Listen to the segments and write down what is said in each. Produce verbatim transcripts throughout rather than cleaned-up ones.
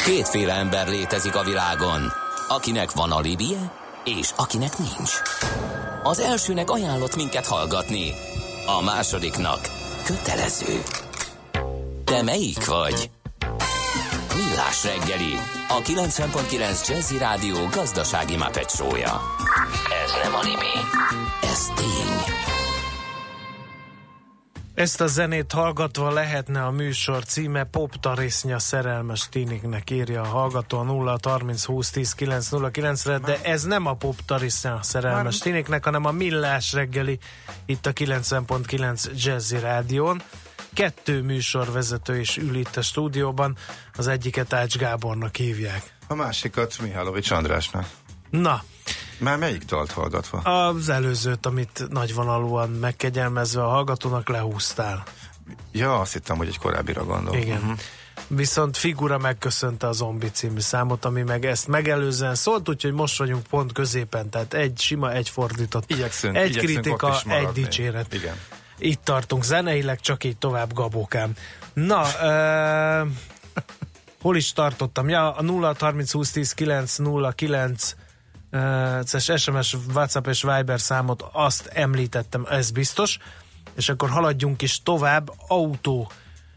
Kétféle ember létezik a világon, akinek van alibije, és akinek nincs. Az elsőnek ajánlott minket hallgatni, a másodiknak kötelező. Te melyik vagy? Millás reggeli, a kilencven pont kilenc Jazzy Rádió gazdasági Muppet show-ja. Ez nem anime, ez tény. Ezt a zenét hallgatva lehetne a műsor címe Pop Tarisznya szerelmes tiniknek, írja a hallgató a nulla harminc húsz tíz kilenc nulla kilencre, de ez nem a Pop Tarisznya szerelmes tiniknek, hanem a Millás reggeli itt a kilencven pont kilenc Jazzy Rádión. Kettő műsorvezető is ül itt a stúdióban, az egyiket Ács Gábornak hívják. A másikat Mihálovics Andrásnak. Na, már melyik dalt hallgatva? Az előzőt, amit nagyvonalúan megkegyelmezve a hallgatónak lehúztál. Ja, azt hittem, hogy egy korábbira gondol. Igen. Uh-huh. Viszont Figura megköszönte a Zombi című számot, ami meg ezt megelőzően szólt, úgyhogy most vagyunk pont középen, tehát egy sima, egy fordított. Igyekszünk, egy igyekszünk kritika, egy dicséret. Igen. Itt tartunk zeneileg, csak így tovább, Gabókám. Na, uh, hol is tartottam? Ja, a nulla harminc húsz tíz kilenc nulla kilenc es em es, WhatsApp és Viber számot azt említettem, ez biztos. És akkor haladjunk is tovább. Autó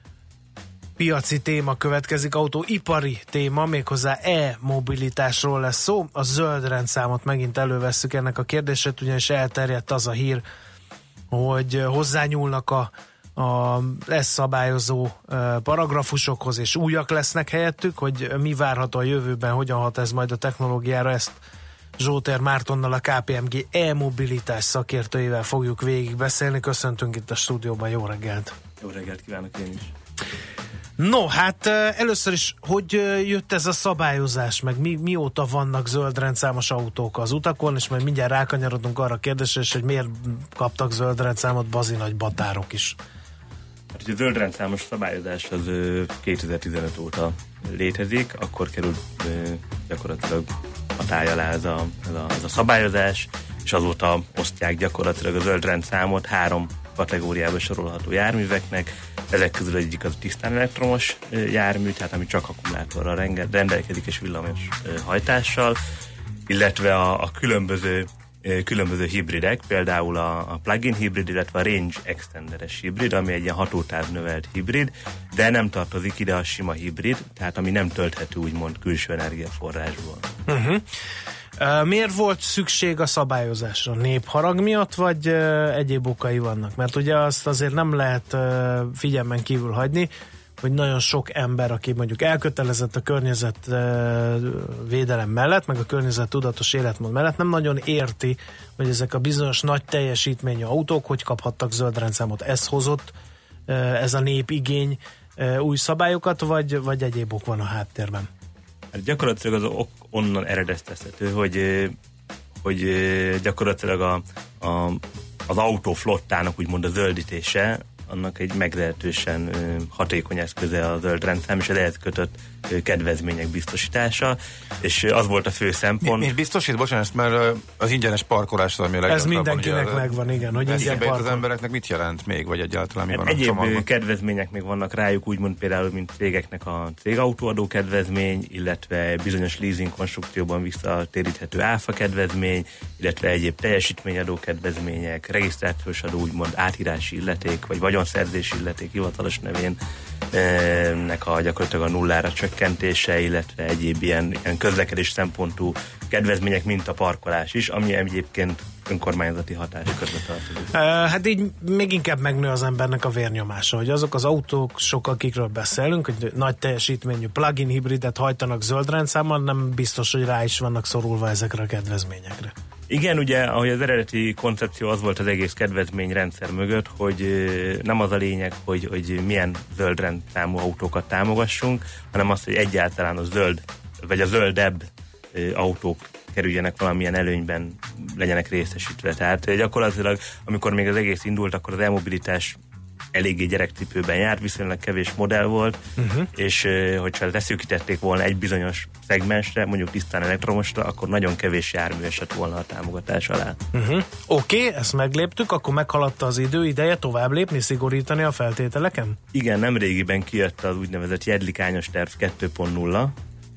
piaci téma következik, autóipari téma, méghozzá e-mobilitásról lesz szó. A zöld rendszámot megint elővesszük ennek a kérdését, ugyanis elterjedt az a hír, hogy hozzányúlnak a, a ezt szabályozó paragrafusokhoz, és újak lesznek helyettük, hogy mi várható a jövőben, hogyan hat ez majd a technológiára, ezt Zsótér Mártonnal, a ká pé em gé e-mobilitás szakértőjével fogjuk végigbeszélni. Köszöntünk itt a stúdióban, jó reggelt! Jó reggelt kívánok én is! No, hát először is, hogy jött ez a szabályozás, meg mi, mióta vannak zöld rendszámos autók az utakon, és majd mindjárt rákanyarodunk arra a kérdésre, és hogy miért kaptak zöld rendszámot bazi nagy batárok is. Hát ugye a zöld rendszámos szabályozás az kétezer-tizenöt óta létezik, akkor került gyakorlatilag hatály alá ez a, ez, a, ez a szabályozás, és azóta osztják gyakorlatilag a zöld rendszámot három kategóriába sorolható járműveknek. Ezek közül egyik az tisztán elektromos jármű, tehát ami csak akkumulátorral rendelkezik és villamos hajtással, illetve a, a különböző, különböző hibridek, például a, a plug-in hibrid, illetve a range extenderes hibrid, ami egy ilyen hatótáv növelt hibrid, de nem tartozik ide a sima hibrid, tehát ami nem tölthető úgymond külső energiaforrásból. Uh-huh. Uh, miért volt szükség a szabályozásra? Népharag miatt, vagy uh, egyéb okai vannak? Mert ugye azt azért nem lehet uh, figyelmen kívül hagyni, hogy nagyon sok ember, aki mondjuk elkötelezett a környezetvédelem uh, mellett, meg a környezet tudatos életmód mellett, nem nagyon érti, hogy ezek a bizonyos nagy teljesítményű autók hogy kaphattak zöld rendszámot. Ez hozott, uh, ez a népigény uh, új szabályokat, vagy, vagy egyéb ok van a háttérben? Hát gyakorlatilag az ok onnan eredeztethető, hogy, hogy gyakorlatilag a, a, az autóflottának úgymond a zöldítése, annak egy meglehetősen hatékony eszköze a zöld rendszám, és az ehhez kötött kedvezmények biztosítása, és az volt a fő szempont. Miért biztosít? Bocsánat, mert az ingyenes parkolás, ami a ez mindenkinek ugye, megvan, igen. Hogy ingyen parkol. Az embereknek mit jelent még, vagy egyáltalán mi van egyéb a csomagban? Kedvezmények még vannak rájuk, úgymond például, mint cégeknek a cégautóadó kedvezmény, illetve bizonyos leasing konstrukcióban visszatéríthető áfa kedvezmény, illetve egyéb teljesítményadó kedvezmények, regisztrációs adó, úgymond átírási illeték, vagy vagyonszerzési illeték hivatalos nevén, nek a gyakorlatilag a nullára csökkentése, illetve egyéb ilyen, ilyen közlekedés szempontú kedvezmények, mint a parkolás is, ami egyébként önkormányzati hatáskörbe tartozik. Uh, hát így még inkább megnő az embernek a vérnyomása, hogy azok az autók, sok akikről beszélünk, hogy nagy teljesítményű plug-in hibridet hajtanak zöld rendszámmal, nem biztos, hogy rá is vannak szorulva ezekre a kedvezményekre. Igen, ugye, ahogy az eredeti koncepció az volt az egész kedvezményrendszer mögött, hogy nem az a lényeg, hogy, hogy milyen zöld rendszámú autókat támogassunk, hanem az, hogy egyáltalán a zöld, vagy a zöldebb autók kerüljenek valamilyen előnyben, legyenek részesítve. Tehát gyakorlatilag, amikor még az egész indult, akkor az e-mobilitás eléggé gyerekcipőben járt, viszonylag kevés modell volt, uh-huh. és hogyha leszűkítették volna egy bizonyos szegmensre, mondjuk tisztán elektromosra, akkor nagyon kevés jármű esett volna a támogatás alá. Uh-huh. Oké, okay, ezt megléptük, akkor meghaladta az idő, ideje tovább lépni, szigorítani a feltételeken? Igen, nemrégiben kijött az úgynevezett jedlikányos terv kettő pont nulla,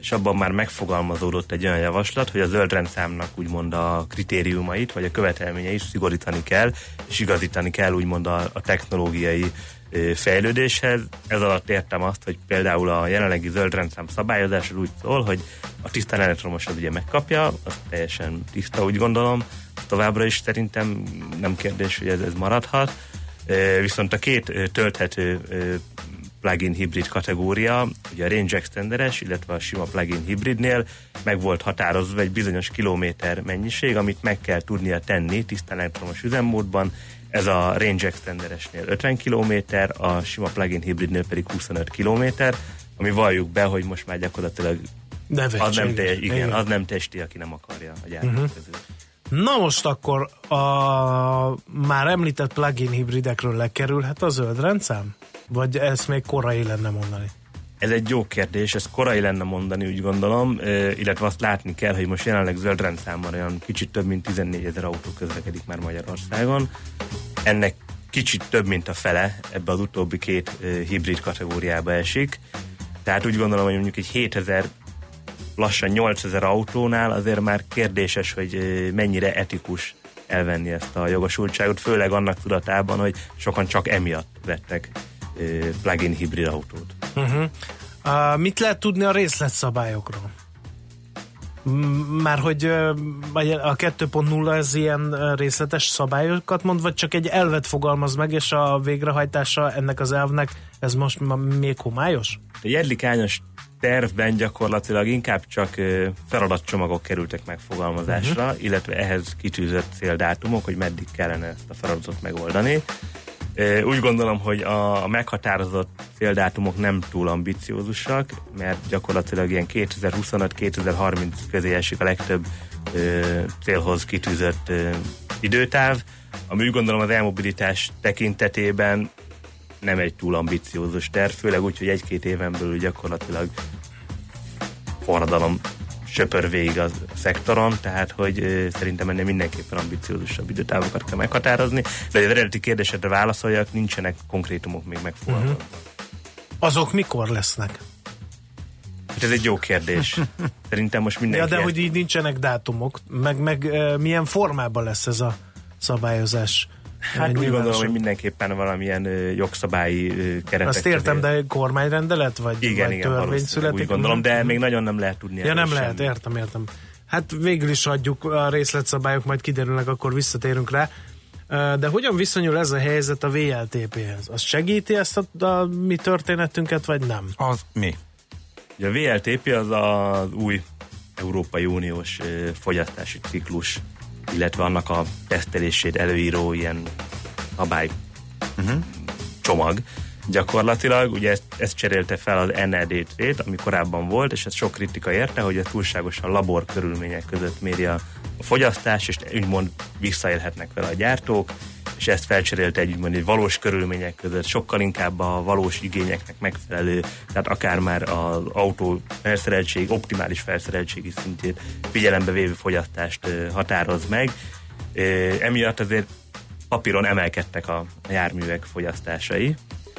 és abban már megfogalmazódott egy olyan javaslat, hogy a zöld rendszámnak úgymond a kritériumait, vagy a követelményeit szigorítani kell, és igazítani kell úgymond a, a technológiai ö, fejlődéshez. Ez alatt értem azt, hogy például a jelenlegi zöld rendszám szabályozás úgy szól, hogy a tisztán elektromos az ugye megkapja, az teljesen tiszta, úgy gondolom, továbbra is szerintem nem kérdés, hogy ez, ez maradhat. Ö, viszont a két ö, tölthető ö, plug-in hibrid kategória, ugye a range extenderes, illetve a sima plug-in hibridnél meg volt határozva egy bizonyos kilométer mennyiség, amit meg kell tudnia tenni tisztán elektromos üzemmódban. Ez a range extenderesnél ötven kilométer, a sima plug-in hibridnél pedig huszonöt kilométer, ami valljuk be, hogy most már gyakorlatilag az nem, te, igen, igen. az nem testi, aki nem akarja a gyártók uh-huh. közül. Na most akkor a már említett plug-in hibridekről lekerülhet a zöld rendszám? Vagy ezt még korai lenne mondani? Ez egy jó kérdés, ez korai lenne mondani, úgy gondolom, illetve azt látni kell, hogy most jelenleg zöld rendszámmal olyan kicsit több mint tizennégyezer autó közlekedik már Magyarországon. Ennek kicsit több, mint a fele ebbe az utóbbi két hibrid kategóriába esik. Tehát úgy gondolom, hogy mondjuk egy hétezer, lassan nyolcezer autónál azért már kérdéses, hogy mennyire etikus elvenni ezt a jogosultságot, főleg annak tudatában, hogy sokan csak emiatt vettek plug-in hibrid autót. Uh-huh. Uh, mit lehet tudni a részletszabályokról? Már hogy uh, a kettő pont nulla ez ilyen részletes szabályokat mond, vagy csak egy elvet fogalmaz meg, és a végrehajtása ennek az elvnek ez most még homályos? A jedlikányos tervben gyakorlatilag inkább csak feladatcsomagok kerültek megfogalmazásra, uh-huh. illetve ehhez kitűzött céldátumok, hogy meddig kellene ezt a feladatot megoldani. Úgy gondolom, hogy a meghatározott céldátumok nem túl ambiciózusak, mert gyakorlatilag ilyen kétezer-huszonöt kétezer-harminc közé esik a legtöbb ö, célhoz kitűzött ö, időtáv, ami úgy gondolom az elmobilitás tekintetében nem egy túl ambiciózus terv, főleg úgy, hogy egy-két éven belül gyakorlatilag forradalom söpör végig a szektoron, tehát hogy ö, szerintem ennél mindenképpen ambiciózusabb időtávokat kell meghatározni, de az eredeti kérdésedre válaszoljak, nincsenek konkrétumok még megfogalmazva. Uh-huh. Azok mikor lesznek? Hát ez egy jó kérdés. Szerintem most mindenki... Ja, de hogy így nincsenek dátumok, meg, meg e, milyen formában lesz ez a szabályozás? Hát úgy gondolom, hogy mindenképpen valamilyen ö, jogszabályi ö, keretek. Azt értem, de kormányrendelet, vagy, igen, vagy igen, törvény születik? Úgy gondolom, de még nagyon nem lehet tudni. Ja, nem lehet, értem, értem. Hát végül is adjuk, a részletszabályok majd kiderülnek, akkor visszatérünk rá. De hogyan viszonyul ez a helyzet a vé el té péhez? Az segíti ezt a, a mi történetünket, vagy nem? Az mi? Ugye a vé el té pé az az új Európai Uniós ö, fogyasztási ciklus, illetve annak a tesztelését előíró ilyen szabály uh-huh. csomag. Gyakorlatilag ugye ezt, ezt cserélte fel az en e dé cé-t, ami korábban volt, és ez sok kritika érte, hogy ez túlságosan labor körülmények között méri a, a fogyasztás, és úgymond visszaélhetnek vele a gyártók, és ezt felcserélte egy úgymond egy valós körülmények között, sokkal inkább a valós igényeknek megfelelő, tehát akár már az autó felszereltség, optimális felszereltségi szintjét figyelembe vévő fogyasztást határoz meg. Emiatt azért papíron emelkedtek a járművek fogyasztásai,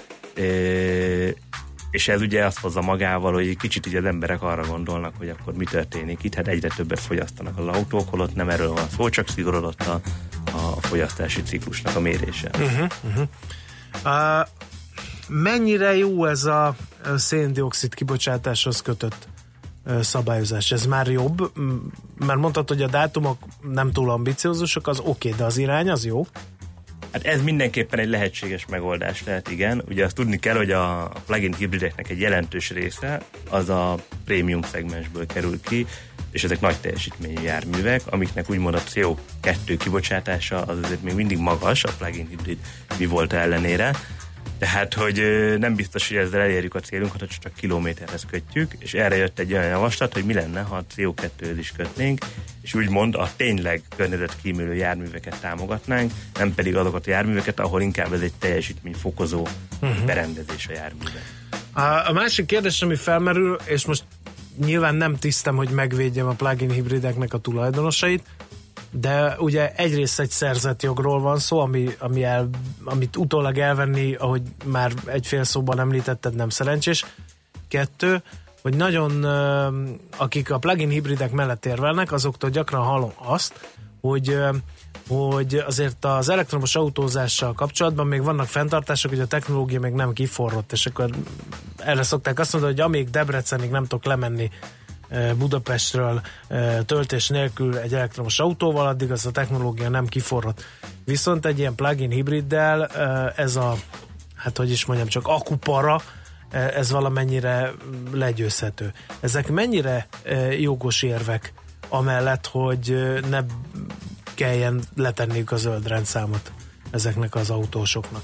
és ez ugye azt hozza magával, hogy kicsit így az emberek arra gondolnak, hogy akkor mi történik itt, hát egyre többet fogyasztanak az autók, holott nem erről van szó, csak szigorodott a, a fogyasztási ciklusnak a mérése. Uh-huh, uh-huh. Uh, mennyire jó ez a széndioxid kibocsátáshoz kötött uh, szabályozás? Ez már jobb? Mert mondtad, hogy a dátumok nem túl ambiciózusok, az oké, okay, de az irány az jó? Hát ez mindenképpen egy lehetséges megoldás lehet, igen. Ugye azt tudni kell, hogy a plug-in hibrideknek egy jelentős része az a prémium szegmensből kerül ki, és ezek nagy teljesítményű járművek, amiknek úgymond a cé o kettő kibocsátása az azért még mindig magas, a plug-in hibrid mi volt ellenére. Tehát, hogy nem biztos, hogy ezzel elérjük a célunkat, hogy csak kilométerhez kötjük, és erre jött egy olyan javaslat, hogy mi lenne, ha a cé o kettőhöz is kötnénk, és úgymond a tényleg környezetkímélő járműveket támogatnánk, nem pedig azokat a járműveket, ahol inkább ez egy teljesítményfokozó uh-huh. berendezés a járműben. A, a másik kérdés, ami felmerül, és most nyilván nem tisztem, hogy megvédjem a plug-in hibrideknek a tulajdonosait, de ugye egyrészt egy szerzett jogról van szó, ami, ami el, amit utólag elvenni, ahogy már egy fél szóban említetted, nem szerencsés. Kettő, hogy nagyon, akik a plug-in hibridek mellett érvelnek, azoktól gyakran hallom azt, hogy hogy azért az elektromos autózással kapcsolatban még vannak fenntartások, hogy a technológia még nem kiforrott, és akkor erre szokták azt mondani, hogy amíg Debrecenig nem tudok lemenni Budapestről töltés nélkül egy elektromos autóval, addig az a technológia nem kiforrott. Viszont egy ilyen plug-in hibriddel ez a, hát hogy is mondjam, csak akupara, ez valamennyire legyőzhető. Ezek mennyire jogos érvek amellett, hogy ne kelljen letenniük a zöld rendszámot ezeknek az autósoknak?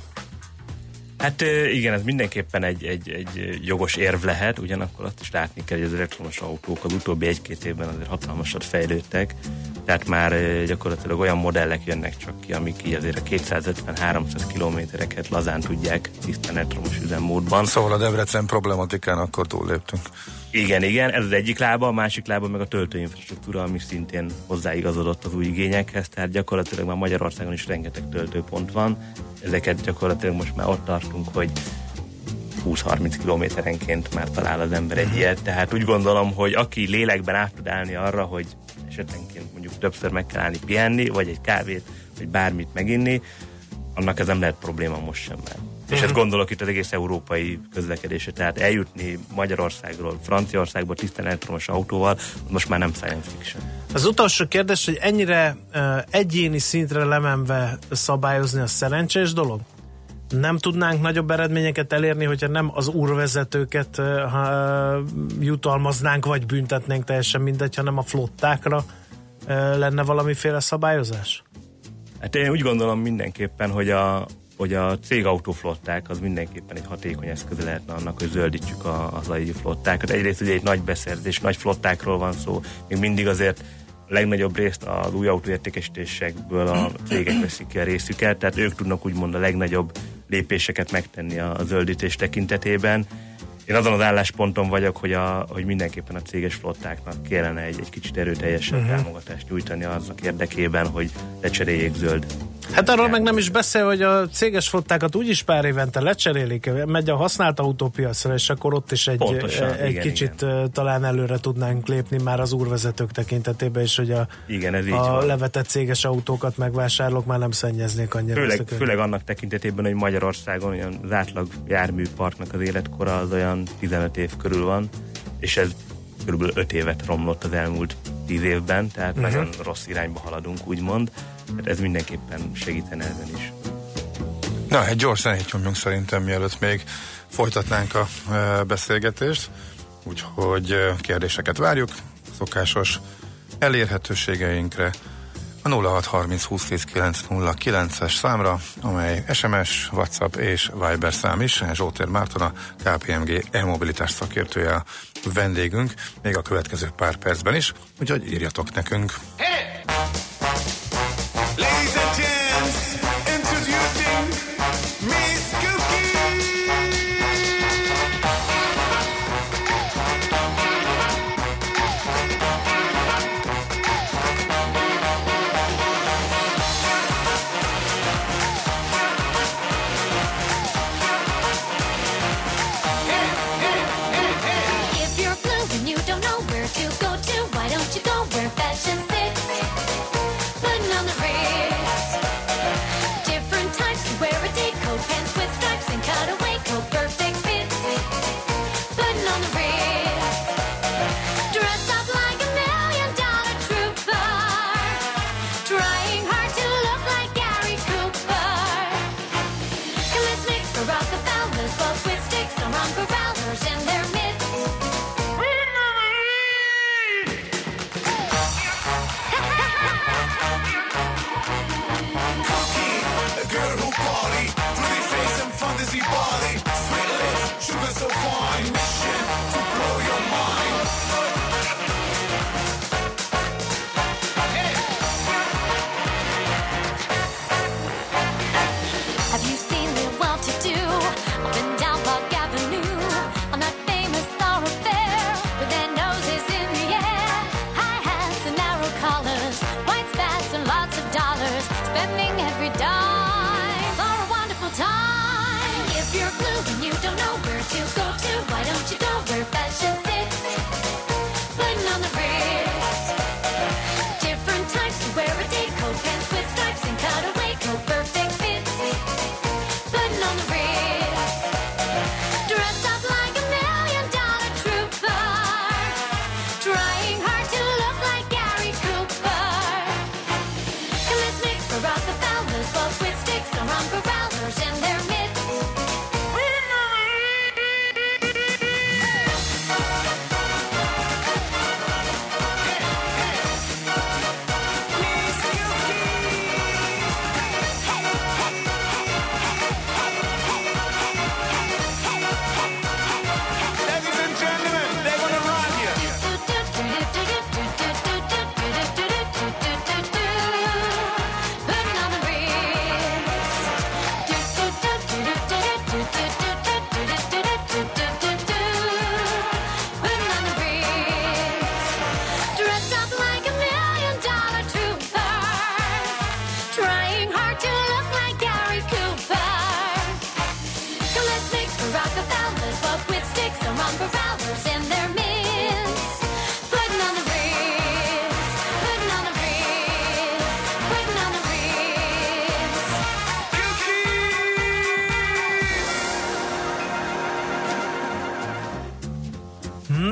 Hát igen, ez mindenképpen egy, egy, egy jogos érv lehet, ugyanakkor azt is látni kell, hogy az elektromos autók az utóbbi egy-két évben azért hatalmasat fejlődtek, tehát már gyakorlatilag olyan modellek jönnek csak ki, amik így azért a kétszázötven-háromszáz kilométereket lazán tudják tisztán elektromos üzemmódban. Szóval a Debrecen problematikán akkor túlléptünk. Igen, igen, ez az egyik lába, a másik lába meg a töltőinfrastruktúra, ami szintén hozzáigazodott az új igényekhez, tehát gyakorlatilag már Magyarországon is rengeteg töltőpont van, ezeket gyakorlatilag most már ott tartunk, hogy húsz-harminc kilométerenként már talál az ember egy ilyet, tehát úgy gondolom, hogy aki lélekben át tud állni arra, hogy esetenként mondjuk többször meg kell állni pihenni, vagy egy kávét, vagy bármit meginni, annak ez nem lehet probléma most sem már. És Uh-huh. ezt gondolok itt az egész európai közlekedésre, tehát eljutni Magyarországról, Franciaországba tisztán elektromos autóval, most már nem science fiction. Az utolsó kérdés, hogy ennyire uh, egyéni szintre lemenve szabályozni a szerencsés dolog? Nem tudnánk nagyobb eredményeket elérni, hogyha nem az úrvezetőket uh, ha, jutalmaznánk, vagy büntetnénk, teljesen mindegy, hanem a flottákra uh, lenne valamiféle szabályozás? Hát én úgy gondolom mindenképpen, hogy a hogy a cégautóflották az mindenképpen egy hatékony eszköze lehetne annak, hogy zöldítsük a, a zajgyi flottákat. Egyrészt ugye egy nagy beszerzés, nagy flottákról van szó, még mindig azért a legnagyobb részt az új autóértékesítésekből a cégek veszik ki a részüket, tehát ők tudnak úgymond a legnagyobb lépéseket megtenni a, a zöldítés tekintetében. Én azon az állásponton vagyok, hogy, a, hogy mindenképpen a céges flottáknak kellene egy, egy kicsit erőteljesebb uh-huh. támogatást nyújtani aznak érdekében, hogy lecseréljék zöld. Hát arról meg nem is beszél, hogy a céges flottákat úgyis pár évente lecserélik, megy a használt autópiacra, és akkor ott is egy, Pontosan, egy igen, kicsit igen. talán előre tudnánk lépni már az úrvezetők tekintetében is, hogy a, igen, ez így a van. levetett céges autókat megvásárlók már nem szennyeznék annyira. Főleg, főleg annak tekintetében, hogy Magyarországon olyan az átlag járműparknak az életkora az olyan tizenöt év körül van, és ez körülbelül öt évet romlott az elmúlt tíz évben, tehát uh-huh. nagyon rossz irányba haladunk, úgymond. Tehát ez mindenképpen segítene ezen is. Na, egy gyors zenét nyomjunk szerintem, mielőtt még folytatnánk a e, beszélgetést. Úgyhogy e, kérdéseket várjuk, szokásos elérhetőségeinkre a nulla hat harminc húsz tíz kilenc nulla kilences számra, amely es em es, WhatsApp és Viber szám is. Zsótér Márton, a ká pé em gé e-mobilitás szakértője a vendégünk, még a következő pár percben is, úgyhogy írjatok nekünk. Hey! Ladies and gents, introducing Miss Cookie. If you're blue and you don't know where to go to, why don't you go where fashion sits?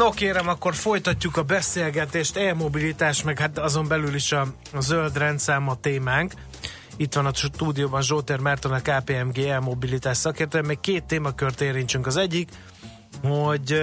No kérem, akkor folytatjuk a beszélgetést, e-mobilitás, meg hát azon belül is a, a zöld rendszám a témánk. Itt van a stúdióban Zsótér Márton, a ká pé em gé e-mobilitás szakértője. Még két témakört érintsünk. Az egyik, hogy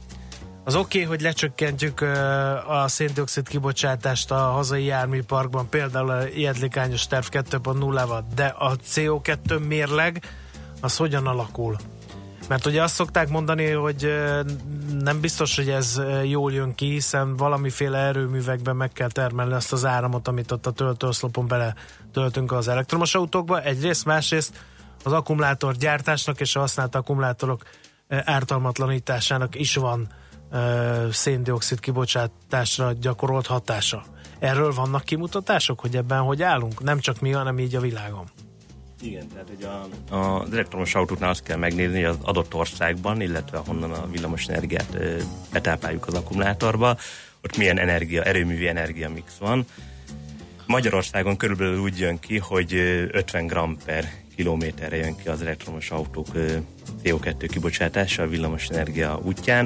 az oké, okay, hogy lecsökkentjük a szén-dioxid kibocsátást a hazai járműparkban, például a jedlikányos terv kettő pont nullával, de a cé o kettő mérleg az hogyan alakul? Mert ugye azt szokták mondani, hogy nem biztos, hogy ez jól jön ki, hiszen valamiféle erőművekben meg kell termelni azt az áramot, amit ott a töltőoszlopon bele töltünk az elektromos autókba. Egyrészt, másrészt az akkumulátorgyártásnak és a használt akkumulátorok ártalmatlanításának is van szén-dioxid kibocsátásra gyakorolt hatása. Erről vannak kimutatások, hogy ebben hogy állunk? Nem csak mi, hanem így a világon. Igen, tehát hogy a, a, az elektromos autóknál azt kell megnézni, hogy az adott országban, illetve honnan a villamos energiát ö, betápláljuk az akkumulátorba, ott milyen energia, erőművi energiamix van. Magyarországon körülbelül úgy jön ki, hogy ötven gramm per kilométerre jön ki az elektromos autók ö, cé o kettő kibocsátása a villamos energia útján,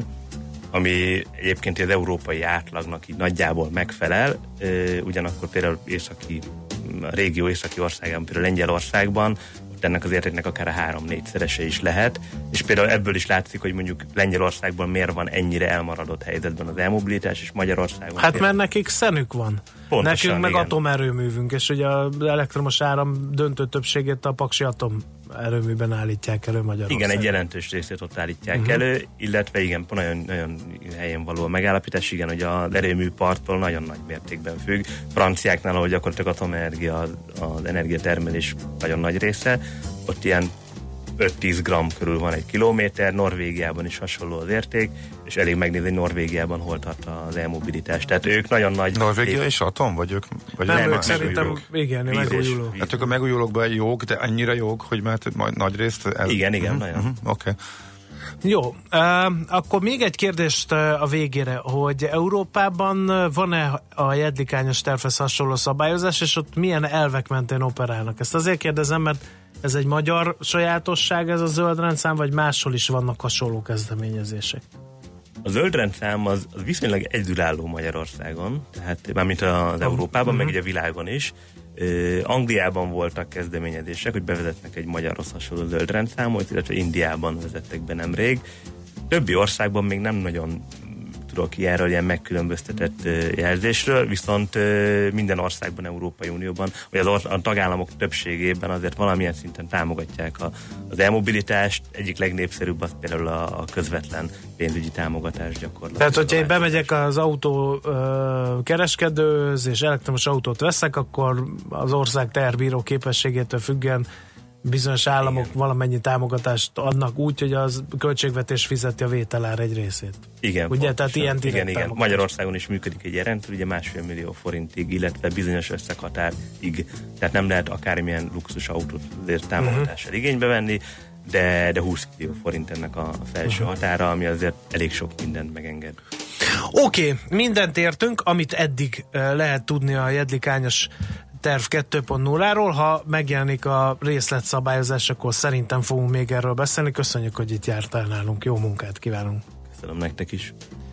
ami egyébként az európai átlagnak így nagyjából megfelel, ö, ugyanakkor például északi, a régió északi országában, például Lengyelországban, ott ennek az értéknek akár a három-négyszerese is lehet, és például ebből is látszik, hogy mondjuk Lengyelországban miért van ennyire elmaradott helyzetben az elmobilitás, és Magyarországon... Hát mert nekik szenük van. Pontosan, nekünk meg igen. Atomerőművünk, és ugye az elektromos áram döntő többségét a Paksi atomerőműben állítják elő Magyarországon. Igen, egy jelentős részét ott állítják uh-huh. elő, illetve igen, nagyon, nagyon helyen való a megállapítás, igen, hogy az erőműparttól nagyon nagy mértékben függ. Franciáknál, ahogy gyakorlatilag atomenergia, az, az energiatermelés nagyon nagy része, ott ilyen öt-tíz gramm körül van egy kilométer, Norvégiában is hasonló az érték, és elég megnézni, hogy Norvégiában hol tart az elmobilitás. Tehát ők nagyon nagy... Norvégia és atom? Vagy ők, vagy nem, ők ők szerintem igen, megújuló. Hát ők a megújulókban jók, de annyira jók, hogy már majd nagy részt... El... Igen, igen, uh-huh, nagyon. Uh-huh, Oké. Okay. Jó, uh, akkor még egy kérdést uh, a végére, hogy Európában van-e a jedlikányos tervhez hasonló szabályozás, és ott milyen elvek mentén operálnak? Ezt azért kérdezem, mert ez egy magyar sajátosság, ez a zöld rendszám, vagy máshol is vannak hasonló kezdeményezések? A zöld rendszám az, az viszonylag egyedülálló Magyarországon, tehát mármint az Európában, uh-huh. meg ugye a világon is. Uh, Angliában voltak kezdeményezések, hogy bevezetnek egy magyarhoz hasonló zöld rendszámot, illetve Indiában vezettek be nemrég. Többi országban még nem nagyon tudok ilyenről, ilyen megkülönböztetett uh, jelzésről, viszont uh, minden országban, Európai Unióban, vagy az or- a tagállamok többségében azért valamilyen szinten támogatják a, az elmobilitást. Egyik legnépszerűbb az például a, a közvetlen pénzügyi támogatás gyakorlatilag. Tehát, hogyha én bemegyek az autó uh, kereskedőhöz, és elektromos autót veszek, akkor az ország teherbíró képességétől függően bizonyos államok igen. valamennyi támogatást adnak úgy, hogy az költségvetés fizeti a vételár egy részét. Igen, ugye, tehát ilyen igen, igen. Magyarországon is működik egy ilyen rendszer, ugye másfél millió forintig, illetve bizonyos összeghatárig, tehát nem lehet akármilyen luxus autót azért támogatással uh-huh. igénybe venni, de, de húsz millió forint ennek a felső uh-huh. határa, ami azért elég sok mindent megenged. Oké, okay, mindent értünk, amit eddig uh, lehet tudni a jedlikányos terv kettő pont nulláról, ha megjelenik a részletszabályozás, akkor szerintem fogunk még erről beszélni. Köszönjük, hogy itt jártál nálunk. Jó munkát kívánunk. Köszönöm nektek is.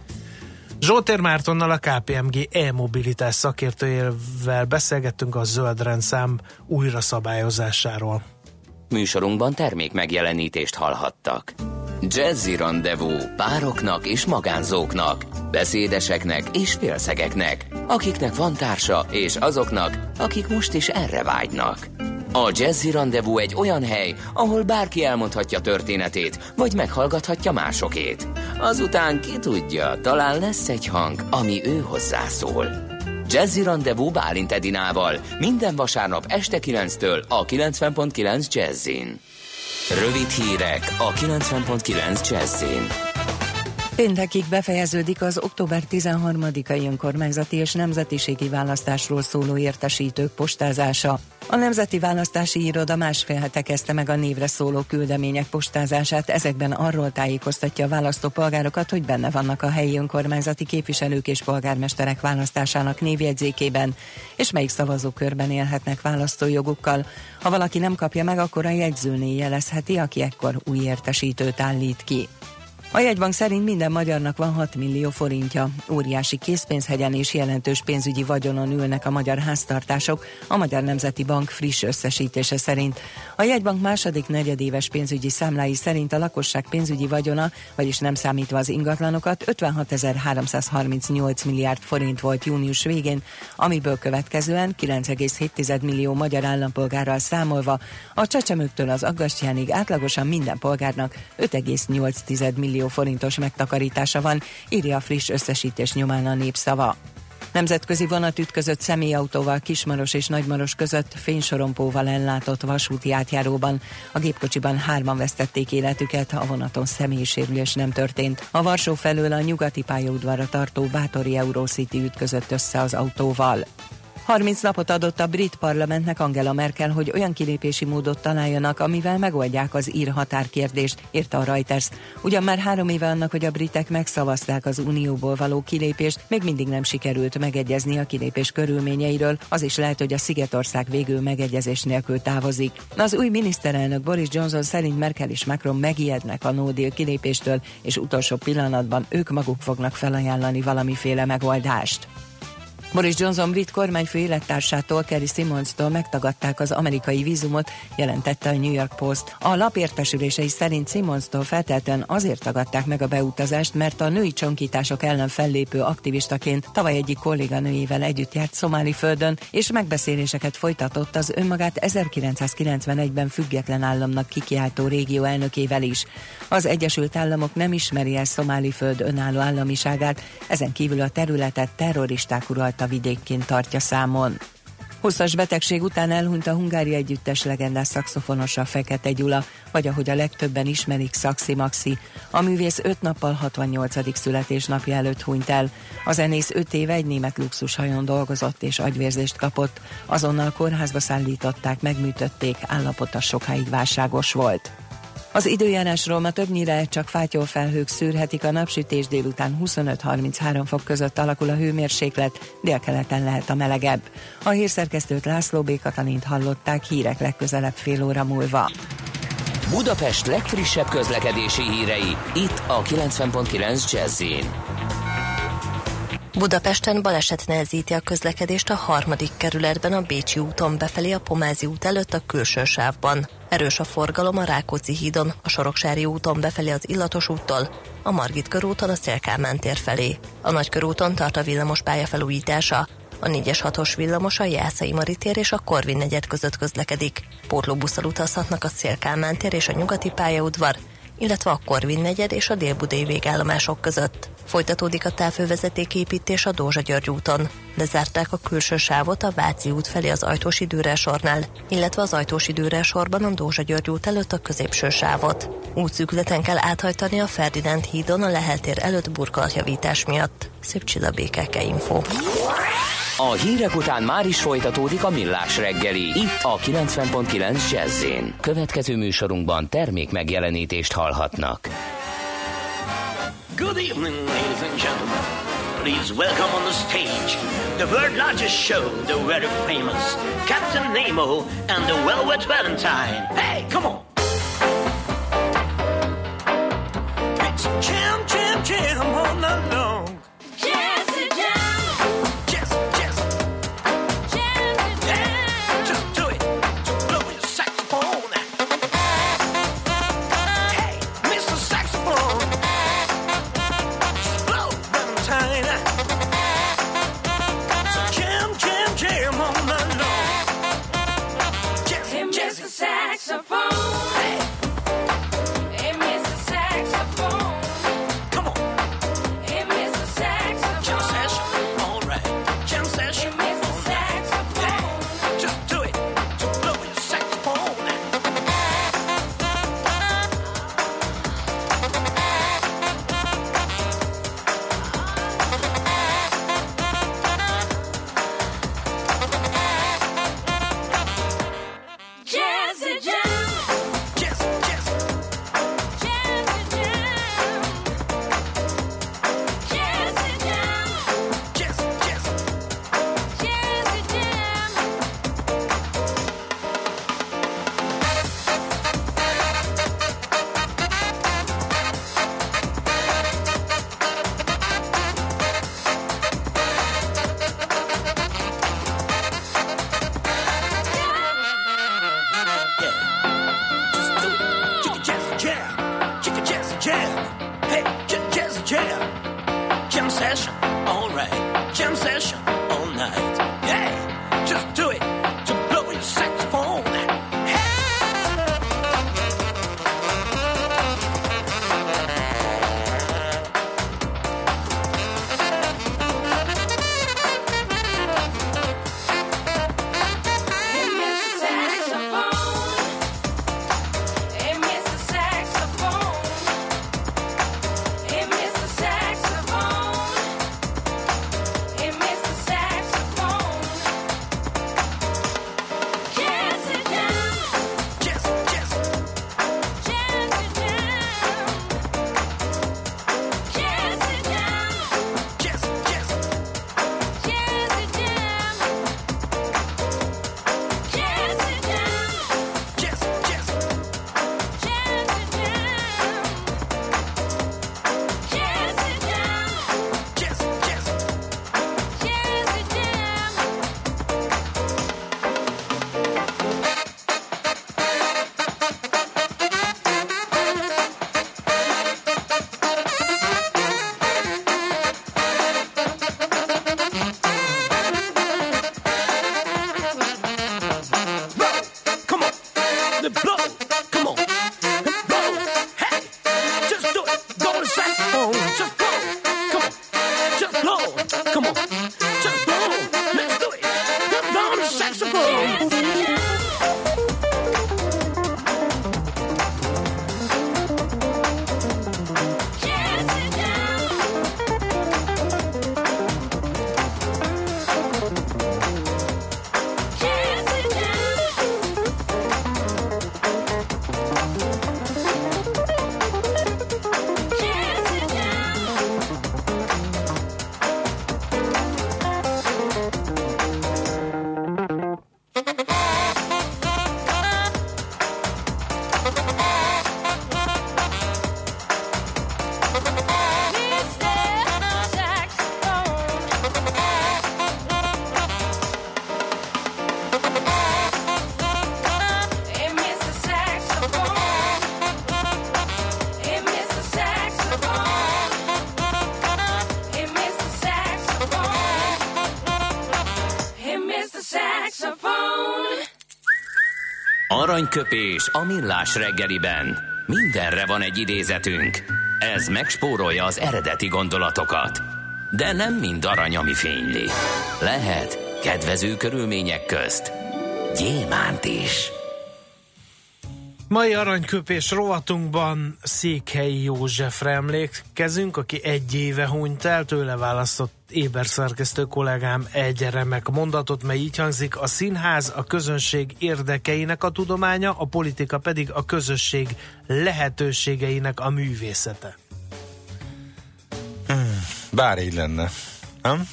Zsótér Mártonnal, a ká pé em gé e-mobilitás szakértőjével beszélgettünk a zöld rendszám újra szabályozásáról. Műsorunkban termék megjelenítést hallhattak. Jazzy Rendezvú pároknak és magánzóknak, beszédeseknek és félszegeknek, akiknek van társa, és azoknak, akik most is erre vágynak. A Jazzy Rendezvú egy olyan hely, ahol bárki elmondhatja történetét, vagy meghallgathatja másokét. Azután ki tudja, talán lesz egy hang, ami ő hozzászól. Jazzy Rendezvú Bálint Edinával minden vasárnap este kilenctől a kilencven pont kilenc Jazzin. Rövid hírek a kilencven pont kilenc Jazzin. Péntekig befejeződik az október tizenharmadikai önkormányzati és nemzetiségi választásról szóló értesítők postázása. A Nemzeti Választási Iroda másfél hete kezdte meg a névre szóló küldemények postázását, ezekben arról tájékoztatja a választópolgárokat, hogy benne vannak a helyi önkormányzati képviselők és polgármesterek választásának névjegyzékében, és melyik szavazókörben élhetnek választójogukkal. Ha valaki nem kapja meg, akkor a jegyzőné jelezheti, aki ekkor új értesítőt állít ki. A jegybank szerint minden magyarnak van hat millió forintja. Óriási készpénzhegyen és jelentős pénzügyi vagyonon ülnek a magyar háztartások, a Magyar Nemzeti Bank friss összesítése szerint. A jegybank második negyedéves pénzügyi számlái szerint a lakosság pénzügyi vagyona, vagyis nem számítva az ingatlanokat, ötvenhatezer-háromszázharmincnyolc milliárd forint volt június végén, amiből következően kilenc egész hét millió magyar állampolgárral számolva a csecsemőktől az aggastyánig átlagosan minden polgárnak öt egész nyolc millió forintos megtakarítása van, írja a friss összesítés nyomán a Népszava. Nemzetközi vonat ütközött személyautóval Kismaros és Nagymaros között fénysorompóval ellátott vasúti átjáróban. A gépkocsiban hárman vesztették életüket, a vonaton személyi sérülés nem történt. A Varsó felől a nyugati pályaudvarra tartó Bátori Eurocity ütközött össze az autóval. harminc napot adott a brit parlamentnek Angela Merkel, hogy olyan kilépési módot találjanak, amivel megoldják az ír határkérdést, írta a Reuters. Ugyan már három éve annak, hogy a britek megszavazták az unióból való kilépést, még mindig nem sikerült megegyezni a kilépés körülményeiről, az is lehet, hogy a Szigetország végül megegyezés nélkül távozik. Az új miniszterelnök Boris Johnson szerint Merkel és Macron megijednek a no deal kilépéstől, és utolsó pillanatban ők maguk fognak felajánlani valamiféle megoldást. Boris Johnson brit kormányfő élettársától, Carrie Simonstól megtagadták az amerikai vízumot, jelentette a New York Post. A lap értesülései szerint Simonstól feltétlenül azért tagadták meg a beutazást, mert a női csonkítások ellen fellépő aktivistaként tavaly egyik kolléganőjével együtt járt szomáli földön, és megbeszéléseket folytatott az önmagát ezerkilencszázkilencvenegyben független államnak kikiáltó régió elnökével is. Az Egyesült Államok nem ismeri el szomáli föld önálló államiságát, ezen kívül a területet terroristák uralta vidékként tartja számon. Hosszas betegség után elhunyt a Hungária együttes legendás szaxofonosa, Fekete Gyula, vagy ahogy a legtöbben ismerik, Szaxi Maxi. A művész öt nappal hatvannyolcadik születésnapja előtt hunyt el. A zenész öt éve egy német luxushajón dolgozott és agyvérzést kapott. Azonnal kórházba szállították, megműtötték, állapota sokáig válságos volt. Az időjárásról ma többnyire csak fátyolfelhők szűrhetik, a napsütés, délután huszonöt-harminchárom fok között alakul a hőmérséklet, délkeleten lehet a melegebb. A hírszerkesztőt, László B. Katalint hallották, hírek legközelebb fél óra múlva. Budapest legfrissebb közlekedési hírei, itt a kilencven pont kilenc Jazz-in. Budapesten baleset nehezíti a közlekedést a harmadik kerületben a Bécsi úton befelé a Pomázi út előtt a külső sávban. Erős a forgalom a Rákóczi hídon, a Soroksári úton befelé az Illatos úttól, a Margit körúton a Széll-Kálmán tér felé. A Nagykörúton tart a villamos pálya felújítása. A négyes hatos villamos a Jászai Mari tér és a Korvin negyed között közlekedik. Pótlóbusszal utazhatnak a Széll-Kálmán tér és a Nyugati pályaudvar, illetve a Korvin negyed és a Dél-Budai végállomások között. Folytatódik a távhővezetéképítés a Dózsa-György úton. Lezárták a külső sávot a Váci út felé az Ajtósi Dürer-sornál, illetve az Ajtósi Dürer-sorban a Dózsa-György út előtt a középső sávot. Útszűkületen kell áthajtani a Ferdinánd hídon a Lehel tér előtt burkolatjavítás miatt. Szép Csilla, bé ká ká Info. A hírek után már is folytatódik a Millás reggeli, itt a kilencven pont kilenc Jazz-in. Következő műsorunkban termék megjelenítést hallhatnak. Good evening, ladies and gentlemen. Please welcome on the stage the world largest show, the very famous Captain Nemo and the Velvet Valentine. Hey, come on! It's jam, jam, jam all night long. Jazzy jam. Jazz, jazz. Jazzy jam. Just do it. Just blow your saxophone. Hey, Mister Saxophone. Just blow Valentine. So jam, jam, jam all night long. Jazz, Hey, jazz. Mister Saxophone. Hey, Hey, Mister Saxophone. come on. Alright, jam session all night. Yeah, just do it to blow your saxophone. Aranyköpés a millás reggeliben. Mindenre van egy idézetünk. Ez megspórolja az eredeti gondolatokat. De nem mind arany, ami fényli. Lehet kedvező körülmények közt gyémánt is. Mai aranyköpés rovatunkban Székhelyi Józsefre emlékezünk, aki egy éve hunyt el, tőle választott éber szerkesztő kollégám egy remek mondatot, mely így hangzik: a színház a közönség érdekeinek a tudománya, a politika pedig a közösség lehetőségeinek a művészete. Hmm, bár így lenne, nem?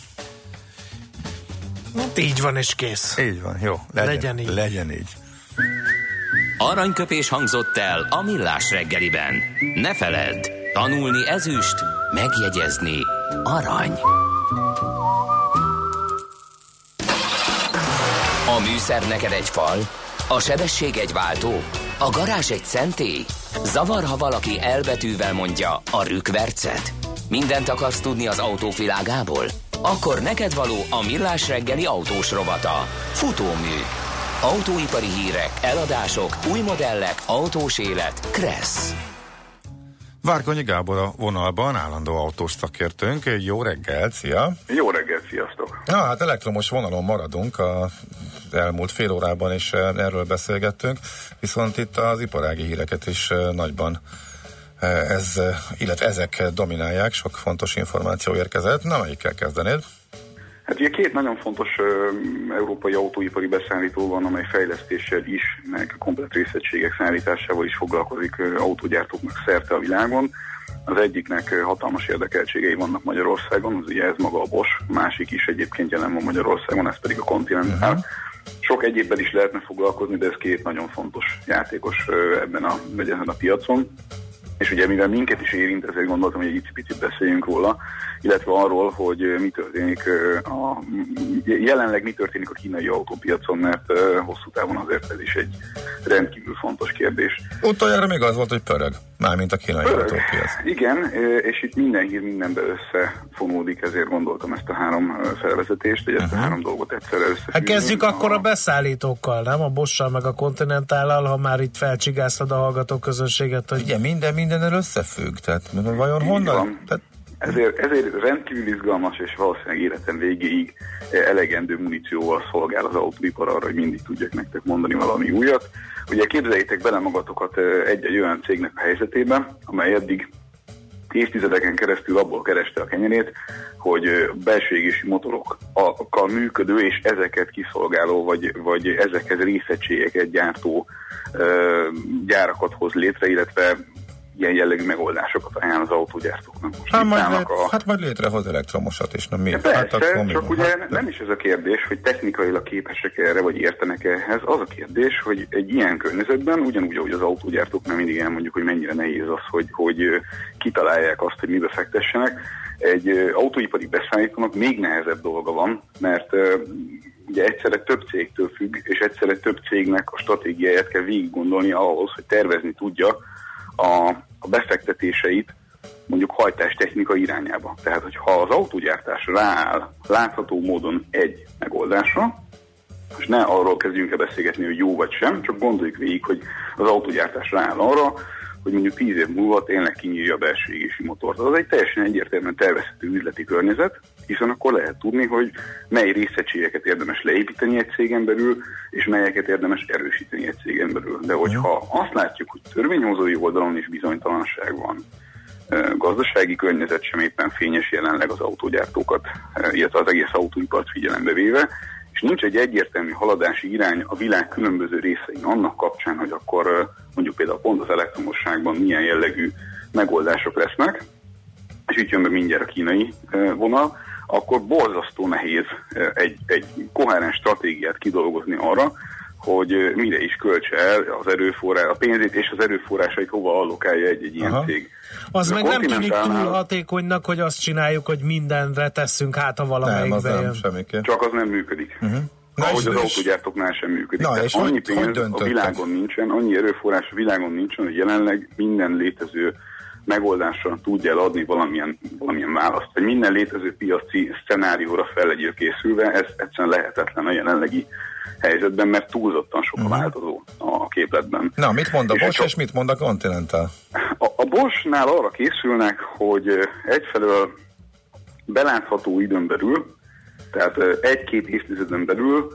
Hát így van és kész. Így van, jó. Legyen, legyen így. Legyen így. Aranyköpés hangzott el a millás reggeliben. Ne feledd, tanulni ezüst, megjegyezni arany. A műszer neked egy fal, a sebesség egy váltó, a garázs egy szentély. Zavar, ha valaki elbetűvel mondja a rükvercet. Mindent akarsz tudni az autók világából? Akkor neked való a millás reggeli autós rovata. Futómű. Autóipari hírek, eladások, új modellek, autós élet. Kressz. Várkonyi Gábor a vonalban, állandó autós szakértőnk. Jó reggelt, szia! Jó reggelt, sziasztok! Na, hát elektromos vonalon maradunk, az elmúlt fél órában is erről beszélgettünk, viszont itt az iparági híreket is nagyban ez, illetve ezek dominálják, sok fontos információ érkezett. Na, melyikkel kezdenéd? Hát ugye két nagyon fontos uh, európai autóipari beszállító van, amely fejlesztéssel is, meg komplet részegységek szállításával is foglalkozik uh, autógyártóknak szerte a világon. Az egyiknek uh, hatalmas érdekeltségei vannak Magyarországon, az ugye ez maga a Bosch, a másik is egyébként jelen van Magyarországon, ez pedig a Continental. Uh-huh. Sok egyébben is lehetne foglalkozni, de ez két nagyon fontos játékos uh, ebben a, ezen a piacon. És ugye mivel minket is érint, ezért gondoltam, hogy egy icipicit beszéljünk róla, illetve arról, hogy mi történik a, jelenleg mi történik a kínai autópiacon, mert hosszú távon azért ez is egy rendkívül fontos kérdés. Utoljára még az volt, hogy pörög, mármint a kínai pörög. Autópiac. Igen, és itt minden hír mindenbe összefonódik, ezért gondoltam ezt a három felvezetést, hogy ezt uh-huh. a három dolgot egyszerre összefűzni. Hát kezdjük a... akkor a beszállítókkal, nem? A Bosch-sal meg a Continentállal, ha már itt felcsigáztad a hallgató közönséget, hogy... Ugye minden mindennel összefügg, tehát vajon honnan? Tehát... Ezért, ezért rendkívül izgalmas, és valószínűleg életem végéig elegendő munícióval szolgál az autóipar arra, hogy mindig tudjak nektek mondani valami újat. Ugye képzeljétek bele magatokat egy-egy olyan cégnek a helyzetébe, amely eddig évtizedeken keresztül abból kereste a kenyerét, hogy belső égésű motorokkal működő és ezeket kiszolgáló, vagy, vagy ezekhez részegységeket gyártó ö, gyárakat hoz létre, illetve ilyen jellegű megoldásokat ajánl az autógyártóknak. Hát majd, lé- a... hát majd létrehoz elektromosat is, nem mi? Persze, hát akkor csak mi ugye hát, nem is ez a kérdés, hogy technikailag képesek erre, vagy értenek ehhez. Az a kérdés, hogy egy ilyen környezetben, ugyanúgy, ahogy az autógyártóknál mindig elmondjuk, hogy mennyire nehéz az, hogy, hogy kitalálják azt, hogy mibe fektessenek. Egy autóipari beszállítónak még nehezebb dolga van, mert ugye egyszerre több cégtől függ, és egyszerre több cégnek a stratégiáját kell végig gondolni ahhoz, hogy tervezni tudja a, a befektetéseit mondjuk hajtástechnika irányába. Tehát, hogyha az autógyártás rááll látható módon egy megoldásra, és ne arról kezdjünk el beszélgetni, hogy jó vagy sem, csak gondoljuk végig, hogy az autógyártás rááll arra, hogy mondjuk tíz év múlva tényleg kinyírja a belső égési motort. Az egy teljesen egyértelműen tervezhető üzleti környezet, hiszen akkor lehet tudni, hogy mely részegységeket érdemes leépíteni egy cégen belül, és melyeket érdemes erősíteni egy cégen belül. De hogyha azt látjuk, hogy törvényhozói oldalon is bizonytalanság van, gazdasági környezet sem éppen fényes jelenleg az autógyártókat, illetve az egész autóipart figyelembe véve, és nincs egy egyértelmű haladási irány a világ különböző részein annak kapcsán, hogy akkor mondjuk például pont az elektromosságban milyen jellegű megoldások lesznek, és itt jön be mindjárt a kínai vonal, akkor borzasztó nehéz egy, egy koherens stratégiát kidolgozni arra, hogy mire is költse el az erőforrás, a pénzét és az erőforrásait hova allokálja egy-egy ilyen Aha. cég. Az meg nem tűnik túl hatékonynak, hogy azt csináljuk, hogy mindenre tesszünk, hát ha valamelyikbe jön. Csak az nem működik. Uh-huh. Na, ahogy az autógyártóknál sem működik. Na, és annyi hogy, pénz hogy a világon nincsen, annyi erőforrás a világon nincsen, hogy jelenleg minden létező megoldásra tudja eladni valamilyen, valamilyen választ. Vagy minden létező piaci szcenárióra fel legyél készülve, ez egyszerűen lehetetlen a jelenlegi helyzetben, mert túlzottan sok a uh-huh. változó a képletben. Na, mit mond a Bosch, és, és mit mond a Continental? A, a Boschnál arra készülnek, hogy egyfelől belátható időn belül, tehát egy-két évtizeden belül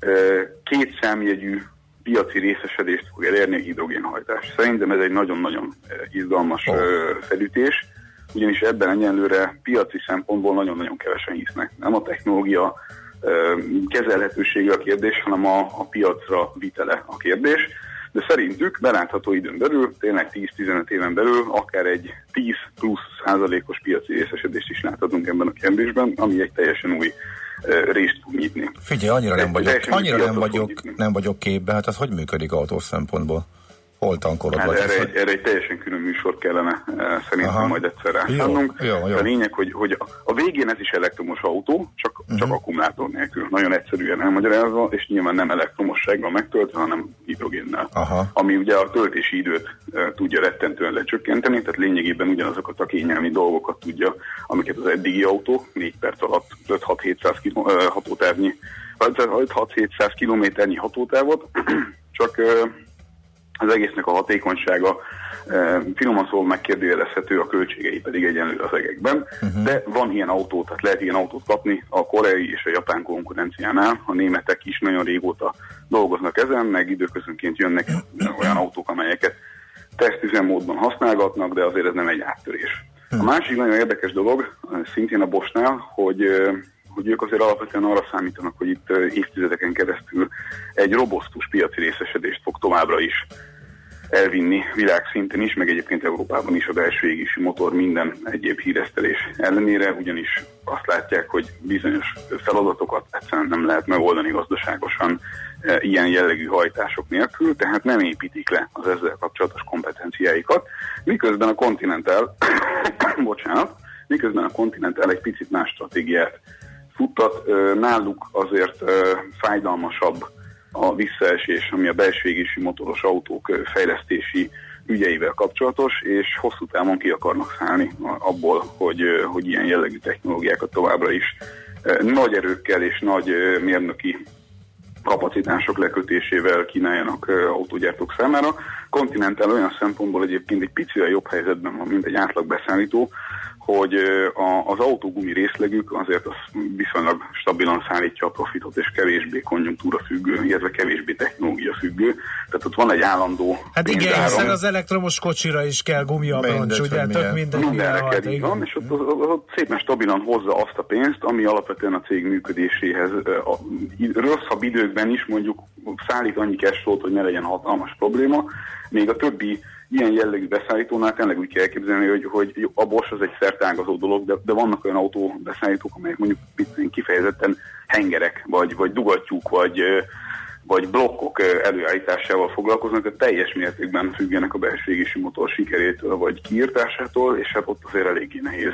két számjegyű piaci részesedést fog elérni a hidrogénhajtás. Szerintem ez egy nagyon-nagyon izgalmas oh. felütés, ugyanis ebben egyenlőre piaci szempontból nagyon-nagyon kevesen hisznek. Nem a technológia kezelhetősége a kérdés, hanem a, a piacra vitele a kérdés. De szerintük belátható időn belül, tényleg tíz-tizenöt éven belül akár egy tíz plusz százalékos piaci részesedést is láthatunk ebben a kérdésben, ami egy teljesen új uh, részt tud nyitni. Figyelj, annyira nem vagyok, annyira nem vagyok, nem vagyok képbe, hát ez hogy működik autós szempontból? Hol tankolod? Hát erre, egy, erre egy teljesen külön műsor kellene uh, szerintem Aha. majd egyszer rászállnunk. A lényeg, hogy, hogy a, a végén ez is elektromos autó, csak, uh-huh. csak akkumulátor nélkül. Nagyon egyszerűen elmagyarázva, és nyilván nem elektromossággal megtöltve, hanem hidrogénnel. Aha. Ami ugye a töltési időt uh, tudja rettentően lecsökkenteni, tehát lényegében ugyanazokat a kényelmi dolgokat tudja, amiket az eddigi autó négy perc alatt öt-hat-hétszáz uh, hatótávnyi, öt-hat-hétszáz kilométernyi hatótávot, csak uh, az egésznek a hatékonysága e, finoman szól megkérdőjelezhető, a költségei pedig egyenlő az egekben, uh-huh. de van ilyen autó, tehát lehet ilyen autót kapni a koreai és a japán konkurenciánál. A németek is nagyon régóta dolgoznak ezen, meg időközönként jönnek olyan autók, amelyeket tesztüzemmódban használgatnak, de azért ez nem egy áttörés. Uh-huh. A másik nagyon érdekes dolog, szintén a Boschnál, hogy hogy ők azért alapvetően arra számítanak, hogy itt évtizedeken keresztül egy robosztus piaci részesedést fog továbbra is elvinni világszinten is, meg egyébként Európában is a belső égési motor minden egyéb híresztelés ellenére, ugyanis azt látják, hogy bizonyos feladatokat egyszerűen nem lehet megoldani gazdaságosan e, ilyen jellegű hajtások nélkül, tehát nem építik le az ezzel kapcsolatos kompetenciáikat, miközben a Continental, bocsánat, miközben a Continental egy picit más stratégiát futtat, e, náluk azért e, fájdalmasabb a visszaesés, ami a belső égési motoros autók fejlesztési ügyeivel kapcsolatos, és hosszú távon ki akarnak szállni abból, hogy, hogy ilyen jellegű technológiákat továbbra is nagy erőkkel és nagy mérnöki kapacitások lekötésével kínáljanak autógyártók számára. Continental olyan szempontból egyébként egy picivel jobb helyzetben van, mint egy átlagbeszállító, hogy az autógumi részlegük azért az viszonylag stabilan szállítja a profitot, és kevésbé konjunktúra függő, illetve kevésbé technológia függő. Tehát ott van egy állandó Hát igen, hiszen az elektromos kocsira is kell gumia-abroncs, ugye? Tök mindegy, mindenre kell, így van, és ott, ott, ott szépen stabilan hozza azt a pénzt, ami alapvetően a cég működéséhez a rosszabb időkben is mondjuk szállít annyi cashflow-t, hogy ne legyen hatalmas probléma, még a többi ilyen jellegű beszállítónál tényleg úgy kell elképzelni, hogy, hogy a Bosch az egy szerteágazó dolog, de, de vannak olyan autóbeszállítók, amelyek mondjuk kifejezetten hengerek, vagy, vagy dugattyúk, vagy, vagy blokkok előállításával foglalkoznak, de teljes mértékben függenek a belső égési motor sikerétől, vagy kiírtásától, és hát ott azért eléggé nehéz